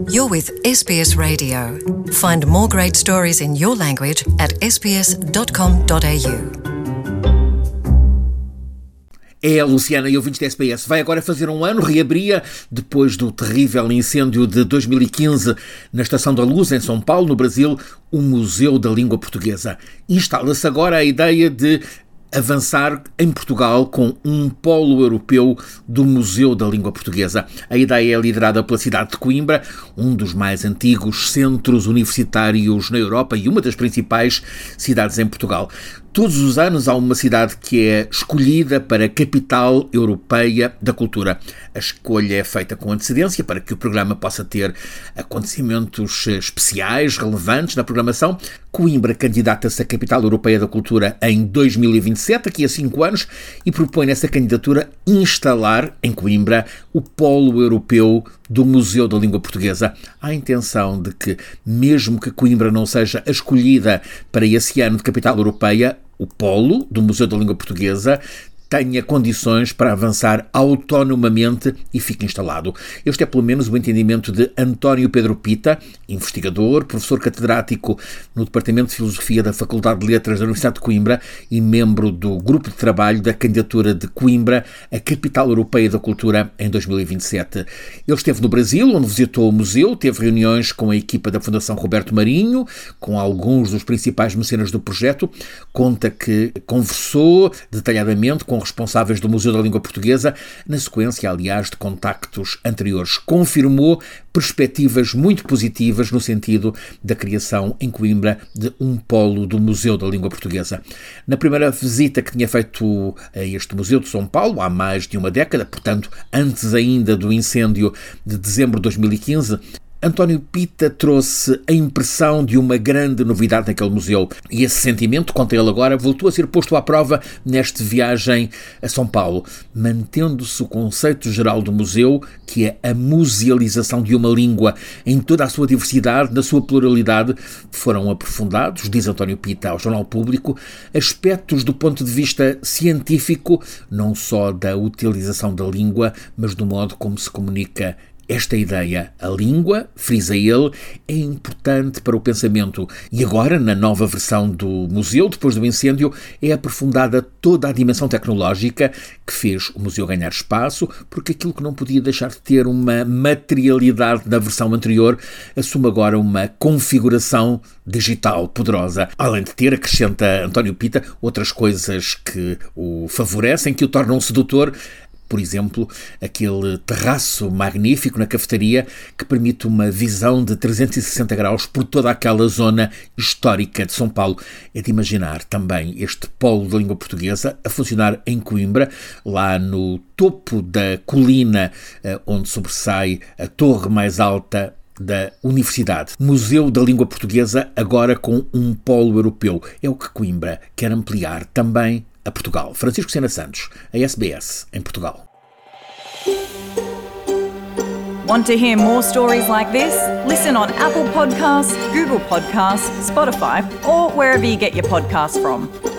You're with SBS Radio. Find more great stories in your language at sbs.com.au. É a Luciana e ouvintes da SBS. Vai agora fazer um ano, reabria depois do terrível incêndio de 2015 na Estação da Luz, em São Paulo, no Brasil, o Museu da Língua Portuguesa. Instala-se agora a ideia de avançar em Portugal com um polo europeu do Museu da Língua Portuguesa. A ideia é liderada pela cidade de Coimbra, um dos mais antigos centros universitários na Europa e uma das principais cidades em Portugal. Todos os anos há uma cidade que é escolhida para a capital europeia da cultura. A escolha é feita com antecedência para que o programa possa ter acontecimentos especiais, relevantes na programação. Coimbra candidata-se à capital europeia da cultura em 2027, daqui a 5 anos, e propõe nessa candidatura instalar em Coimbra o polo europeu do Museu da Língua Portuguesa. Há a intenção de que, mesmo que Coimbra não seja a escolhida para esse ano de capital europeia, o polo do Museu da Língua Portuguesa tenha condições para avançar autonomamente e fique instalado. Este é pelo menos o entendimento de António Pedro Pita, investigador, professor catedrático no Departamento de Filosofia da Faculdade de Letras da Universidade de Coimbra e membro do grupo de trabalho da candidatura de Coimbra à Capital Europeia da Cultura em 2027. Ele esteve no Brasil, onde visitou o museu, teve reuniões com a equipa da Fundação Roberto Marinho, com alguns dos principais mecenas do projeto, conta que conversou detalhadamente com responsáveis do Museu da Língua Portuguesa, na sequência, aliás, de contactos anteriores. Confirmou perspectivas muito positivas no sentido da criação em Coimbra de um polo do Museu da Língua Portuguesa. Na primeira visita que tinha feito a este Museu de São Paulo, há mais de uma década, portanto, antes ainda do incêndio de dezembro de 2015, António Pita trouxe a impressão de uma grande novidade naquele museu. E esse sentimento, conta ele agora, voltou a ser posto à prova nesta viagem a São Paulo, mantendo-se o conceito geral do museu, que é a musealização de uma língua em toda a sua diversidade, na sua pluralidade. Foram aprofundados, diz António Pita ao Jornal Público, aspectos do ponto de vista científico, não só da utilização da língua, mas do modo como se comunica esta ideia. A língua, frisa ele, é importante para o pensamento. E agora, na nova versão do museu, depois do incêndio, é aprofundada toda a dimensão tecnológica que fez o museu ganhar espaço, porque aquilo que não podia deixar de ter uma materialidade na versão anterior assume agora uma configuração digital poderosa. Além de ter, acrescenta António Pita, outras coisas que o favorecem, que o tornam sedutor. Por exemplo, aquele terraço magnífico na cafetaria que permite uma visão de 360 graus por toda aquela zona histórica de São Paulo. É de imaginar também este polo da língua portuguesa a funcionar em Coimbra, lá no topo da colina onde sobressai a torre mais alta da Universidade. Museu da Língua Portuguesa, agora com um polo europeu. É o que Coimbra quer ampliar também a Portugal. Francisco Sena Santos, a SBS, em Portugal. Want to hear more stories like this? Listen on Apple Podcasts, Google Podcasts, Spotify, or wherever you get your podcasts from.